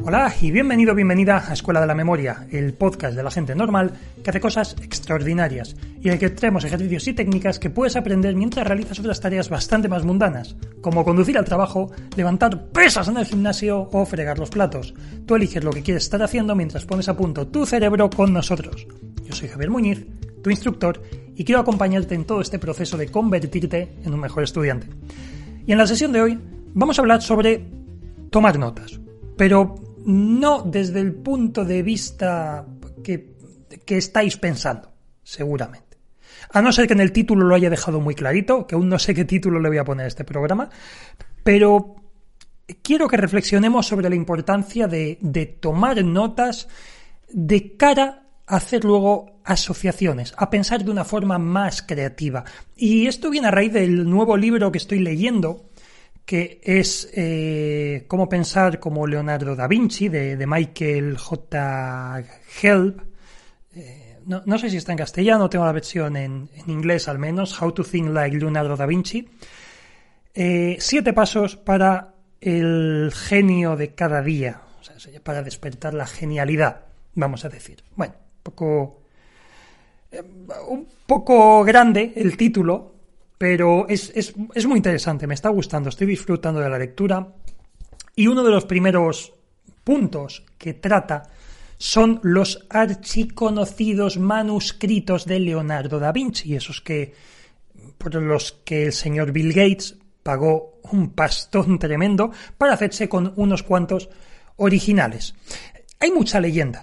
Hola y bienvenido, bienvenida a Escuela de la Memoria, el podcast de la gente normal que hace cosas extraordinarias y en el que traemos ejercicios y técnicas que puedes aprender mientras realizas otras tareas bastante más mundanas, como conducir al trabajo, levantar pesas en el gimnasio o fregar los platos. Tú eliges lo que quieres estar haciendo mientras pones a punto tu cerebro con nosotros. Yo soy Javier Muñiz, tu instructor, y quiero acompañarte en todo este proceso de convertirte en un mejor estudiante. Y en la sesión de hoy vamos a hablar sobre tomar notas, pero no desde el punto de vista que estáis pensando, seguramente. A no ser que en el título lo haya dejado muy clarito, que aún no sé qué título le voy a poner a este programa, pero quiero que reflexionemos sobre la importancia de tomar notas de cara a hacer luego asociaciones, a pensar de una forma más creativa. Y esto viene a raíz del nuevo libro que estoy leyendo, que es Cómo pensar como Leonardo da Vinci, de Michael J. Gelb. No sé si está en castellano, tengo la versión en inglés al menos, How to Think Like Leonardo da Vinci. 7 pasos para el genio de cada día, o sea, para despertar la genialidad, vamos a decir. Bueno, un poco grande el título, pero es muy interesante, me está gustando, estoy disfrutando de la lectura. Y uno de los primeros puntos que trata son los archiconocidos manuscritos de Leonardo da Vinci, esos por los que el señor Bill Gates pagó un pastón tremendo para hacerse con unos cuantos originales. Hay mucha leyenda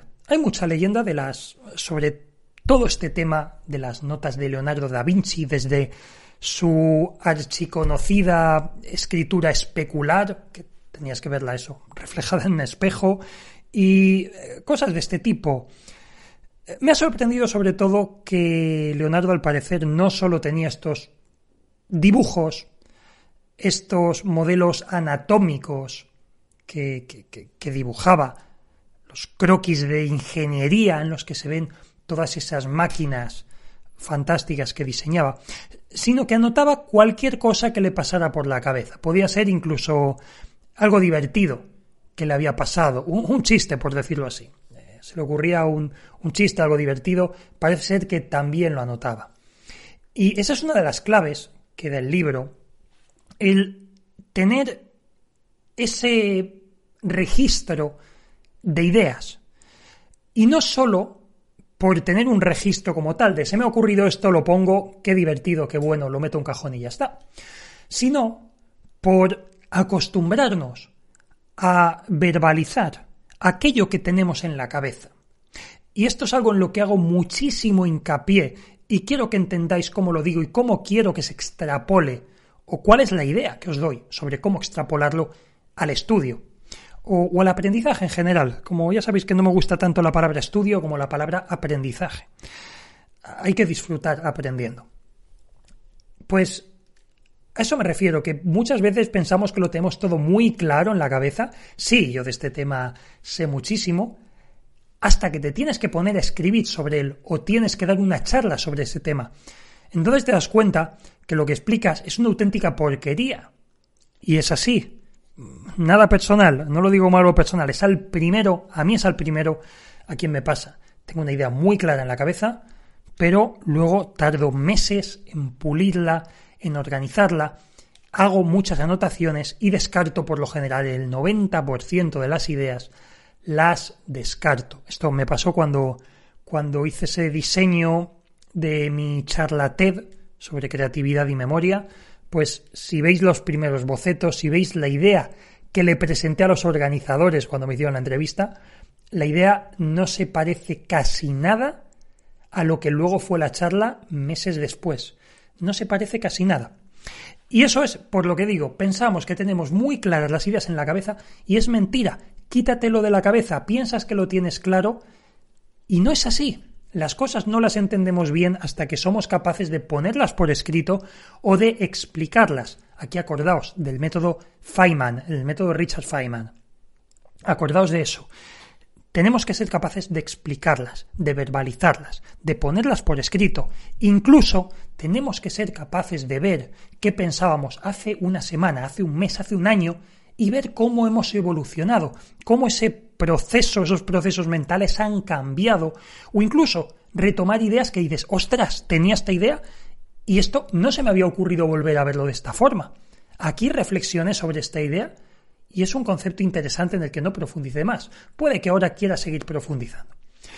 sobre todo este tema de las notas de Leonardo da Vinci, desde su archiconocida escritura especular, que tenías que verla reflejada en un espejo, y cosas de este tipo. Me ha sorprendido sobre todo que Leonardo, al parecer, no solo tenía estos dibujos, estos modelos anatómicos que dibujaba, los croquis de ingeniería en los que se ven todas esas máquinas fantásticas que diseñaba, sino que anotaba cualquier cosa que le pasara por la cabeza. Podía ser incluso algo divertido que le había pasado, un chiste, por decirlo así. Se le ocurría un chiste, algo divertido, parece ser que también lo anotaba. Y esa es una de las claves que da el libro, el tener ese registro de ideas. Y no solo por tener un registro como tal, de se me ha ocurrido esto, lo pongo, qué divertido, qué bueno, lo meto en un cajón y ya está, sino por acostumbrarnos a verbalizar aquello que tenemos en la cabeza. Y esto es algo en lo que hago muchísimo hincapié y quiero que entendáis cómo lo digo y cómo quiero que se extrapole, o cuál es la idea que os doy sobre cómo extrapolarlo al estudio o al aprendizaje en general. Como ya sabéis que no me gusta tanto la palabra estudio como la palabra aprendizaje. Hay que disfrutar aprendiendo. Pues a eso me refiero, que muchas veces pensamos que lo tenemos todo muy claro en la cabeza. Sí, yo de este tema sé muchísimo, hasta que te tienes que poner a escribir sobre él o tienes que dar una charla sobre ese tema. Entonces te das cuenta que lo que explicas es una auténtica porquería. Y es así. Nada personal, no lo digo como algo personal, a mí es al primero a quien me pasa. Tengo una idea muy clara en la cabeza, pero luego tardo meses en pulirla, en organizarla, hago muchas anotaciones y descarto por lo general el 90% de las ideas, las descarto. Esto me pasó cuando hice ese diseño de mi charla TED sobre creatividad y memoria. Pues si veis los primeros bocetos, si veis la idea que le presenté a los organizadores cuando me hicieron la entrevista, la idea no se parece casi nada a lo que luego fue la charla meses después. No se parece casi nada. Y eso es por lo que digo, pensamos que tenemos muy claras las ideas en la cabeza y es mentira. Quítatelo de la cabeza, piensas que lo tienes claro y no es así. Las cosas no las entendemos bien hasta que somos capaces de ponerlas por escrito o de explicarlas. Aquí acordaos del método Feynman, el método Richard Feynman. Acordaos de eso. Tenemos que ser capaces de explicarlas, de verbalizarlas, de ponerlas por escrito. Incluso tenemos que ser capaces de ver qué pensábamos hace una semana, hace un mes, hace un año y ver cómo hemos evolucionado, cómo ese esos procesos mentales han cambiado, o incluso retomar ideas que dices, ostras, tenía esta idea y esto no se me había ocurrido volver a verlo de esta forma. Aquí reflexioné sobre esta idea y es un concepto interesante en el que no profundice más. Puede que ahora quiera seguir profundizando.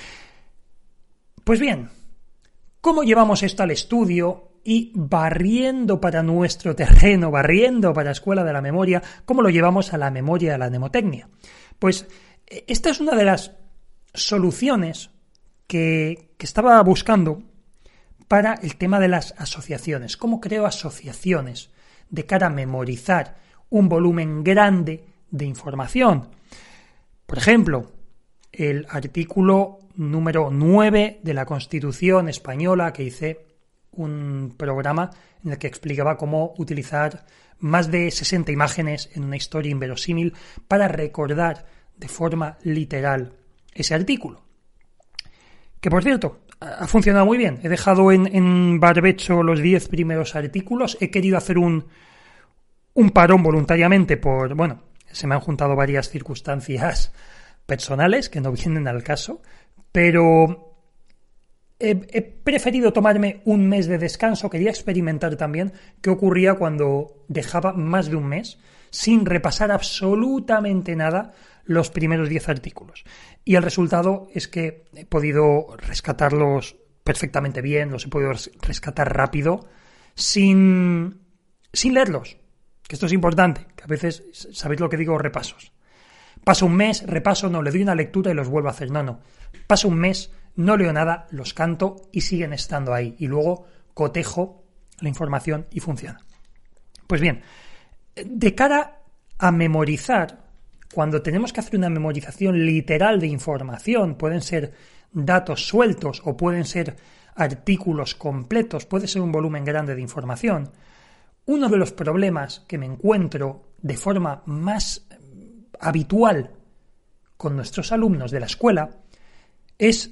Pues bien, ¿cómo llevamos esto al estudio y barriendo para nuestro terreno, barriendo para la escuela de la memoria, cómo lo llevamos a la memoria de la mnemotecnia? Pues esta es una de las soluciones que estaba buscando para el tema de las asociaciones. ¿Cómo creo asociaciones de cara a memorizar un volumen grande de información? Por ejemplo, el artículo número 9 de la Constitución española, que hice un programa en el que explicaba cómo utilizar más de 60 imágenes en una historia inverosímil para recordar de forma literal ese artículo. Que, por cierto, ha funcionado muy bien. He dejado en barbecho los 10 primeros artículos. He querido hacer un parón voluntariamente se me han juntado varias circunstancias personales que no vienen al caso, pero he preferido tomarme un mes de descanso. Quería experimentar también qué ocurría cuando dejaba más de un mes sin repasar absolutamente nada los primeros 10 artículos. Y el resultado es que he podido rescatarlos perfectamente bien, los he podido rescatar rápido, sin leerlos, que esto es importante, que a veces, ¿sabéis lo que digo? Repasos. Paso un mes, repaso, no, le doy una lectura y los vuelvo a hacer. No. Paso un mes, no leo nada, los canto y siguen estando ahí. Y luego cotejo la información y funciona. Pues bien, de cara a memorizar, cuando tenemos que hacer una memorización literal de información, pueden ser datos sueltos o pueden ser artículos completos, puede ser un volumen grande de información. Uno de los problemas que me encuentro de forma más habitual con nuestros alumnos de la escuela es: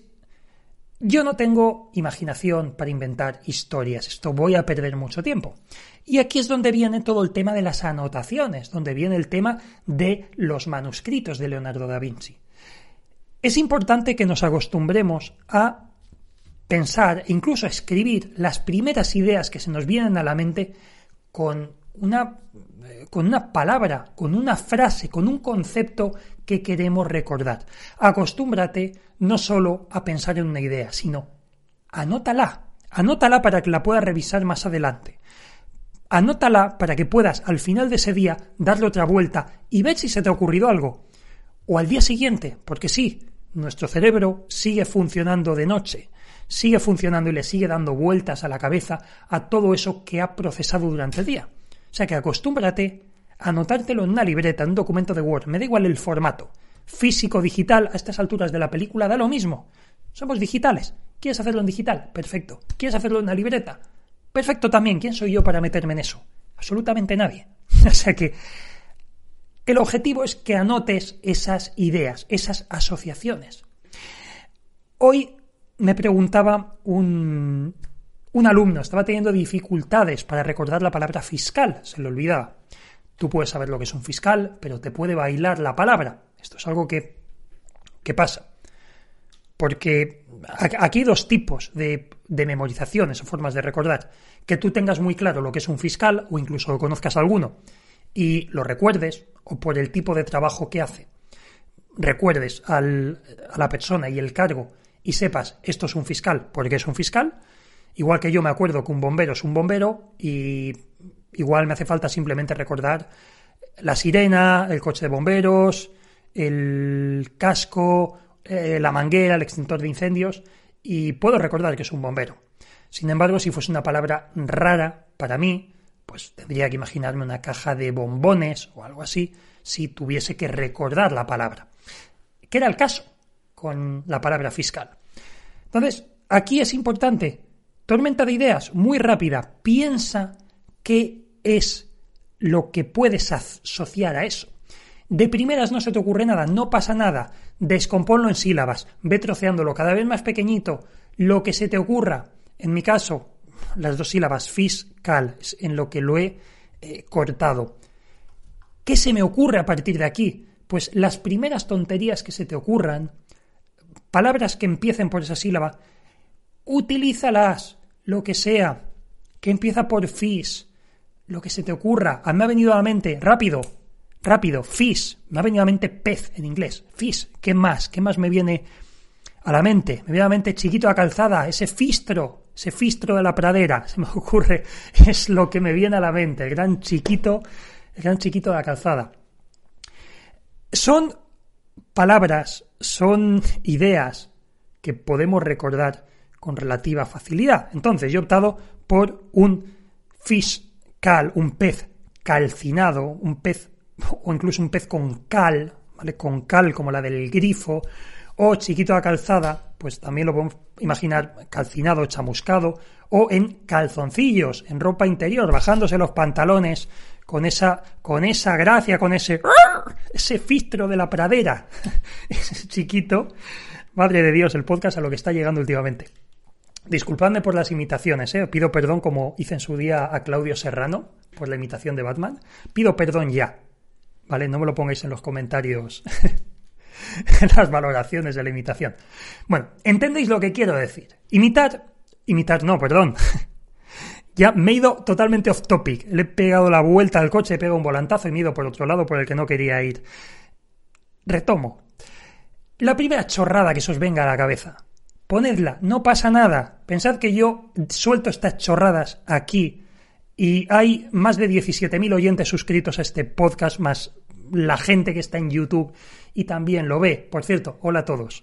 yo no tengo imaginación para inventar historias, esto voy a perder mucho tiempo. Y aquí es donde viene todo el tema de las anotaciones, donde viene el tema de los manuscritos de Leonardo da Vinci. Es importante que nos acostumbremos a pensar e incluso a escribir las primeras ideas que se nos vienen a la mente con una palabra, con una frase, con un concepto que queremos recordar. Acostúmbrate no solo a pensar en una idea, sino anótala para que la puedas revisar más adelante. Anótala para que puedas al final de ese día darle otra vuelta y ver si se te ha ocurrido algo. O al día siguiente, porque sí, nuestro cerebro sigue funcionando de noche, sigue funcionando y le sigue dando vueltas a la cabeza a todo eso que ha procesado durante el día. O sea que acostúmbrate a anotártelo en una libreta, en un documento de Word, me da igual el formato, físico, digital, a estas alturas de la película da lo mismo. Somos digitales. ¿Quieres hacerlo en digital? Perfecto. ¿Quieres hacerlo en una libreta? Perfecto también. ¿Quién soy yo para meterme en eso? Absolutamente nadie. O sea que el objetivo es que anotes esas ideas, esas asociaciones. Hoy me preguntaba un alumno, estaba teniendo dificultades para recordar la palabra fiscal, se le olvidaba. Tú puedes saber lo que es un fiscal, pero te puede bailar la palabra. Esto es algo que pasa. Porque aquí hay dos tipos de memorizaciones o formas de recordar. Que tú tengas muy claro lo que es un fiscal o incluso conozcas alguno y lo recuerdes, o por el tipo de trabajo que hace, recuerdes a la persona y el cargo y sepas esto es un fiscal porque es un fiscal. Igual que yo me acuerdo que un bombero es un bombero y igual me hace falta simplemente recordar la sirena, el coche de bomberos, el casco, la manguera, el extintor de incendios, y puedo recordar que es un bombero. Sin embargo, si fuese una palabra rara para mí, pues tendría que imaginarme una caja de bombones o algo así si tuviese que recordar la palabra. ¿Qué era el caso con la palabra fiscal? Entonces, aquí es importante, tormenta de ideas, muy rápida, piensa qué es lo que puedes asociar a eso. De primeras no se te ocurre nada, no pasa nada, descomponlo en sílabas, ve troceándolo cada vez más pequeñito, lo que se te ocurra. En mi caso, las dos sílabas, fiscal, es en lo que lo he cortado. ¿Qué se me ocurre a partir de aquí? pues las primeras tonterías que se te ocurran, palabras que empiecen por esa sílaba, utilízalas, lo que sea, que empieza por fish, lo que se te ocurra. A mí me ha venido a la mente, rápido, fish, me ha venido a la mente pez en inglés, fish, ¿qué más me viene a la mente? Me viene a la mente Chiquito de la Calzada, ese fistro de la pradera, se me ocurre, es lo que me viene a la mente, el gran chiquito de la calzada. Son palabras, son ideas que podemos recordar con relativa facilidad. Entonces yo he optado por un fish cal, un pez calcinado, un pez o incluso un pez con cal, ¿vale? Con cal como la del grifo, o Chiquito de la Calzada, pues también lo podemos imaginar calcinado, chamuscado, o en calzoncillos, en ropa interior, bajándose los pantalones con esa gracia, con ese fistro de la pradera, ese chiquito. Madre de Dios, el podcast a lo que está llegando últimamente. Disculpadme por las imitaciones, pido perdón como hice en su día a Claudio Serrano por la imitación de Batman. Pido perdón ya, ¿vale? No me lo pongáis en los comentarios las valoraciones de la imitación. Bueno, ¿entendéis lo que quiero decir? Imitar no, perdón. Ya me he ido totalmente off topic. Le he pegado la vuelta al coche, he pegado un volantazo y me he ido por otro lado por el que no quería ir. Retomo. La primera chorrada que se os venga a la cabeza, ponedla, no pasa nada. Pensad que yo suelto estas chorradas aquí y hay más de 17.000 oyentes suscritos a este podcast, más la gente que está en YouTube y también lo ve. Por cierto, hola a todos.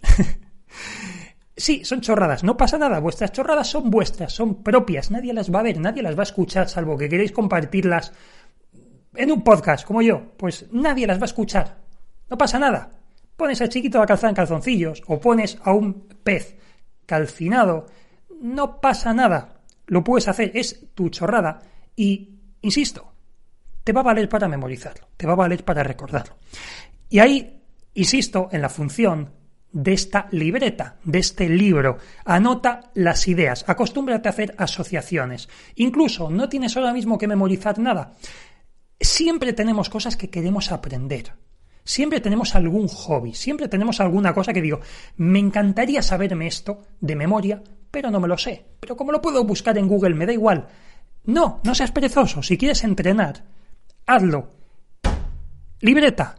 Sí, son chorradas, no pasa nada, vuestras chorradas son vuestras, son propias, nadie las va a ver, nadie las va a escuchar, salvo que queréis compartirlas en un podcast como yo, pues nadie las va a escuchar, no pasa nada. Pones al Chiquito de la Calzada en calzoncillos o pones a un pez calcinado, no pasa nada, lo puedes hacer, es tu chorrada y, insisto, te va a valer para memorizarlo, te va a valer para recordarlo. Y ahí, insisto, en la función de esta libreta, de este libro. Anota las ideas, acostúmbrate a hacer asociaciones. Incluso no tienes ahora mismo que memorizar nada. Siempre tenemos cosas que queremos aprender. Siempre tenemos algún hobby, siempre tenemos alguna cosa que digo, me encantaría saberme esto de memoria, pero no me lo sé. Pero como lo puedo buscar en Google, me da igual. No seas perezoso. Si quieres entrenar, hazlo. Libreta.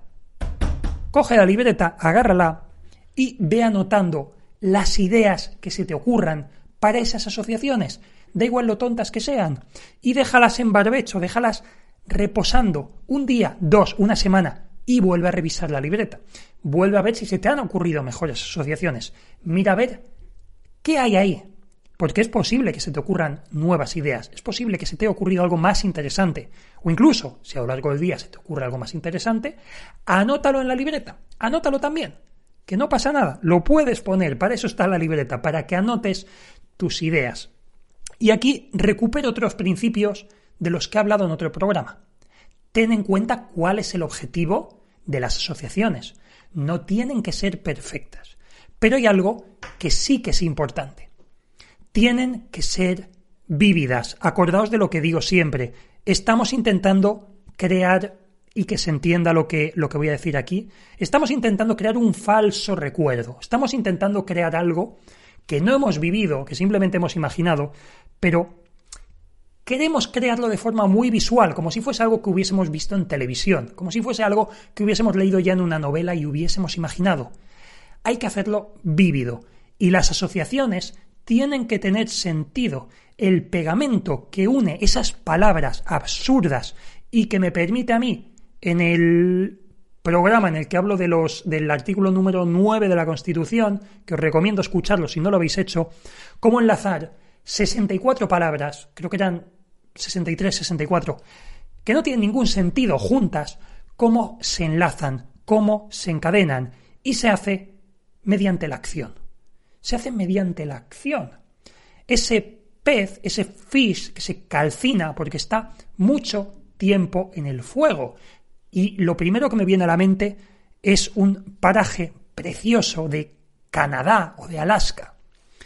Coge la libreta, agárrala y ve anotando las ideas que se te ocurran para esas asociaciones, da igual lo tontas que sean, y déjalas en barbecho, déjalas reposando un día, 2, una semana, y vuelve a revisar la libreta. Vuelve a ver si se te han ocurrido mejores asociaciones. Mira a ver qué hay ahí, porque es posible que se te ocurran nuevas ideas, es posible que se te haya ocurrido algo más interesante, o incluso, si a lo largo del día se te ocurre algo más interesante, anótalo en la libreta, anótalo también. Que no pasa nada, lo puedes poner, para eso está la libreta, para que anotes tus ideas. Y aquí recupero otros principios de los que he hablado en otro programa. Ten en cuenta cuál es el objetivo de las asociaciones. No tienen que ser perfectas, pero hay algo que sí que es importante. Tienen que ser vívidas. Acordaos de lo que digo siempre. Estamos intentando crear, y que se entienda lo que voy a decir aquí, estamos intentando crear un falso recuerdo, estamos intentando crear algo que no hemos vivido, que simplemente hemos imaginado, pero queremos crearlo de forma muy visual, como si fuese algo que hubiésemos visto en televisión, como si fuese algo que hubiésemos leído ya en una novela y hubiésemos imaginado. Hay que hacerlo vívido, y las asociaciones tienen que tener sentido. El pegamento que une esas palabras absurdas y que me permite a mí, en el programa en el que hablo del artículo número 9 de la Constitución, que os recomiendo escucharlo si no lo habéis hecho, cómo enlazar 64 palabras, creo que eran 63, 64, que no tienen ningún sentido juntas, cómo se enlazan, cómo se encadenan, y se hace mediante la acción. Se hace mediante la acción. Ese pez, ese fish que se calcina porque está mucho tiempo en el fuego. Y lo primero que me viene a la mente es un paraje precioso de Canadá o de Alaska.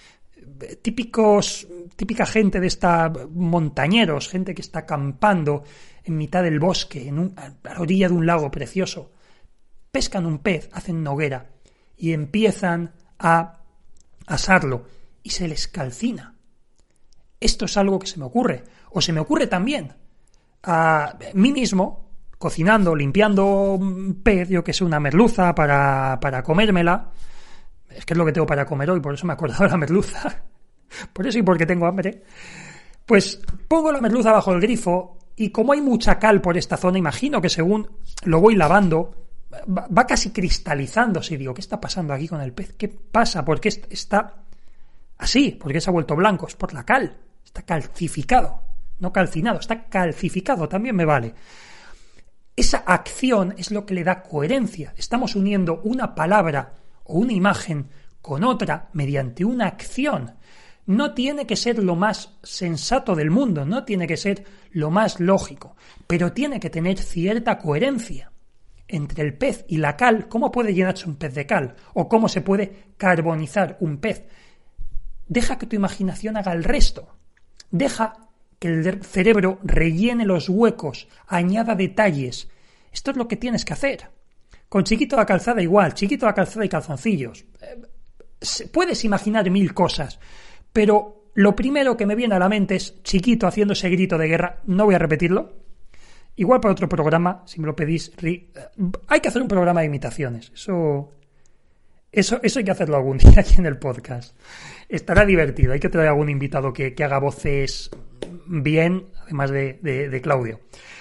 Típica gente de esta, montañeros, gente que está acampando en mitad del bosque, a la orilla de un lago precioso. pescan un pez, hacen una hoguera y empiezan a asarlo y se les calcina. Esto es algo que se me ocurre. O se me ocurre también a mí mismo, cocinando, limpiando un pez, yo que sé, una merluza para comérmela. Es que es lo que tengo para comer hoy, por eso me he acordado de la merluza. Por eso y porque tengo hambre. Pues pongo la merluza bajo el grifo y como hay mucha cal por esta zona, imagino que según lo voy lavando, va casi cristalizándose y digo, ¿qué está pasando aquí con el pez? ¿Qué pasa? ¿Por qué está así? ¿Por qué se ha vuelto blanco? Es por la cal. Está calcificado. No calcinado, está calcificado. También me vale. Esa acción es lo que le da coherencia. Estamos uniendo una palabra o una imagen con otra mediante una acción. No tiene que ser lo más sensato del mundo, no tiene que ser lo más lógico, pero tiene que tener cierta coherencia entre el pez y la cal. ¿Cómo puede llenarse un pez de cal? ¿O cómo se puede carbonizar un pez? Deja que tu imaginación haga el resto. Deja que el cerebro rellene los huecos, añada detalles. Esto es lo que tienes que hacer. Con Chiquito la calzada igual, Chiquito la calzada y calzoncillos. Puedes imaginar 1000 cosas, pero lo primero que me viene a la mente es Chiquito haciendo ese grito de guerra. No voy a repetirlo. Igual para otro programa, si me lo pedís, hay que hacer un programa de imitaciones. Eso hay que hacerlo algún día aquí en el podcast. Estará divertido. Hay que traer algún invitado que haga voces bien, además de Claudio.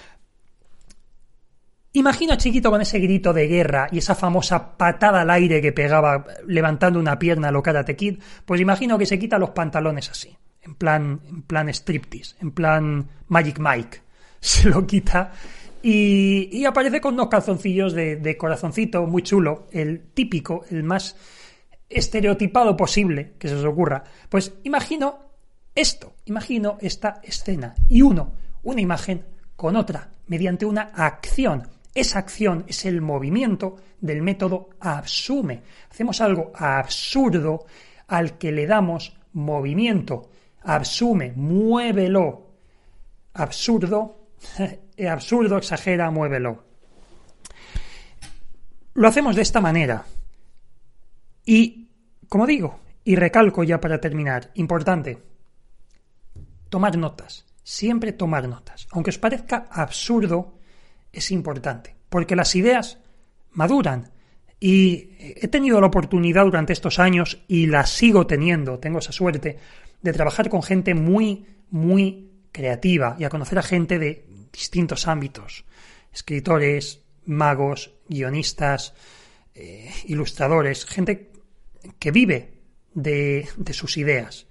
Imagino a Chiquito con ese grito de guerra y esa famosa patada al aire que pegaba levantando una pierna a lo Karate Kid. Pues imagino que se quita los pantalones así, en plan striptease, en plan Magic Mike. Se lo quita y aparece con unos calzoncillos de corazoncito muy chulo, el típico, el más estereotipado posible que se os ocurra. Pues imagino esta escena y una imagen con otra, mediante una acción. Esa acción es el movimiento del método Absume. Hacemos algo absurdo al que le damos movimiento. Absume, muévelo. Absurdo, exagera, muévelo. Lo hacemos de esta manera. Y, como digo, y recalco ya para terminar, importante, tomar notas. Siempre tomar notas. Aunque os parezca absurdo, es importante, porque las ideas maduran. Y he tenido la oportunidad durante estos años, y la sigo teniendo, tengo esa suerte, de trabajar con gente muy, muy creativa y a conocer a gente de distintos ámbitos. Escritores, magos, guionistas, ilustradores, gente que vive de sus ideas.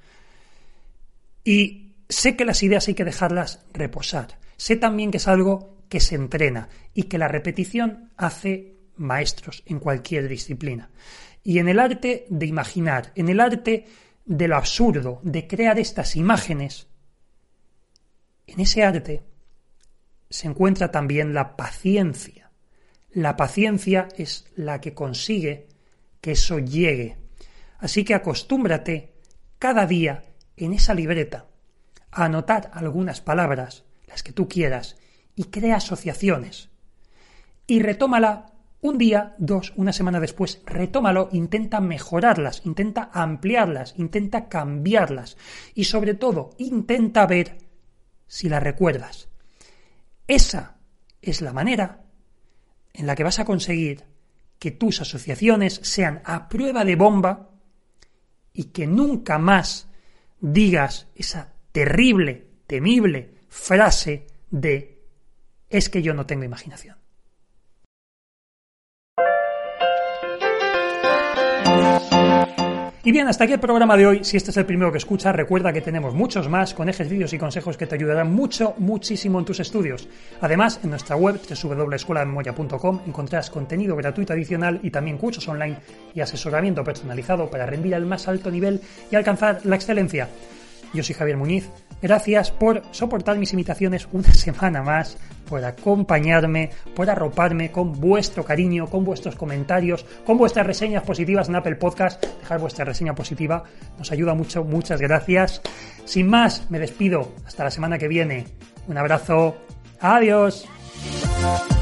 Y sé que las ideas hay que dejarlas reposar. Sé también que es algo que se entrena y que la repetición hace maestros en cualquier disciplina. Y en el arte de imaginar, en el arte de lo absurdo, de crear estas imágenes, en ese arte se encuentra también la paciencia. La paciencia es la que consigue que eso llegue. Así que acostúmbrate cada día en esa libreta a anotar algunas palabras, las que tú quieras, y crea asociaciones. Y retómala un día, 2, una semana después, retómalo, intenta mejorarlas, intenta ampliarlas, intenta cambiarlas y sobre todo intenta ver si las recuerdas. Esa es la manera en la que vas a conseguir que tus asociaciones sean a prueba de bomba y que nunca más digas esa terrible, temible frase de «es que yo no tengo imaginación». Y bien, hasta aquí el programa de hoy. Si este es el primero que escuchas, recuerda que tenemos muchos más con ejercicios y consejos que te ayudarán muchísimo en tus estudios. Además, en nuestra web www.escueladememoria.com encontrarás contenido gratuito adicional y también cursos online y asesoramiento personalizado para rendir al más alto nivel y alcanzar la excelencia. Yo soy Javier Muñiz. Gracias por soportar mis imitaciones una semana más, por acompañarme, por arroparme con vuestro cariño, con vuestros comentarios, con vuestras reseñas positivas en Apple Podcast. Dejar vuestra reseña positiva nos ayuda mucho, muchas gracias. Sin más, me despido. Hasta la semana que viene. Un abrazo. Adiós.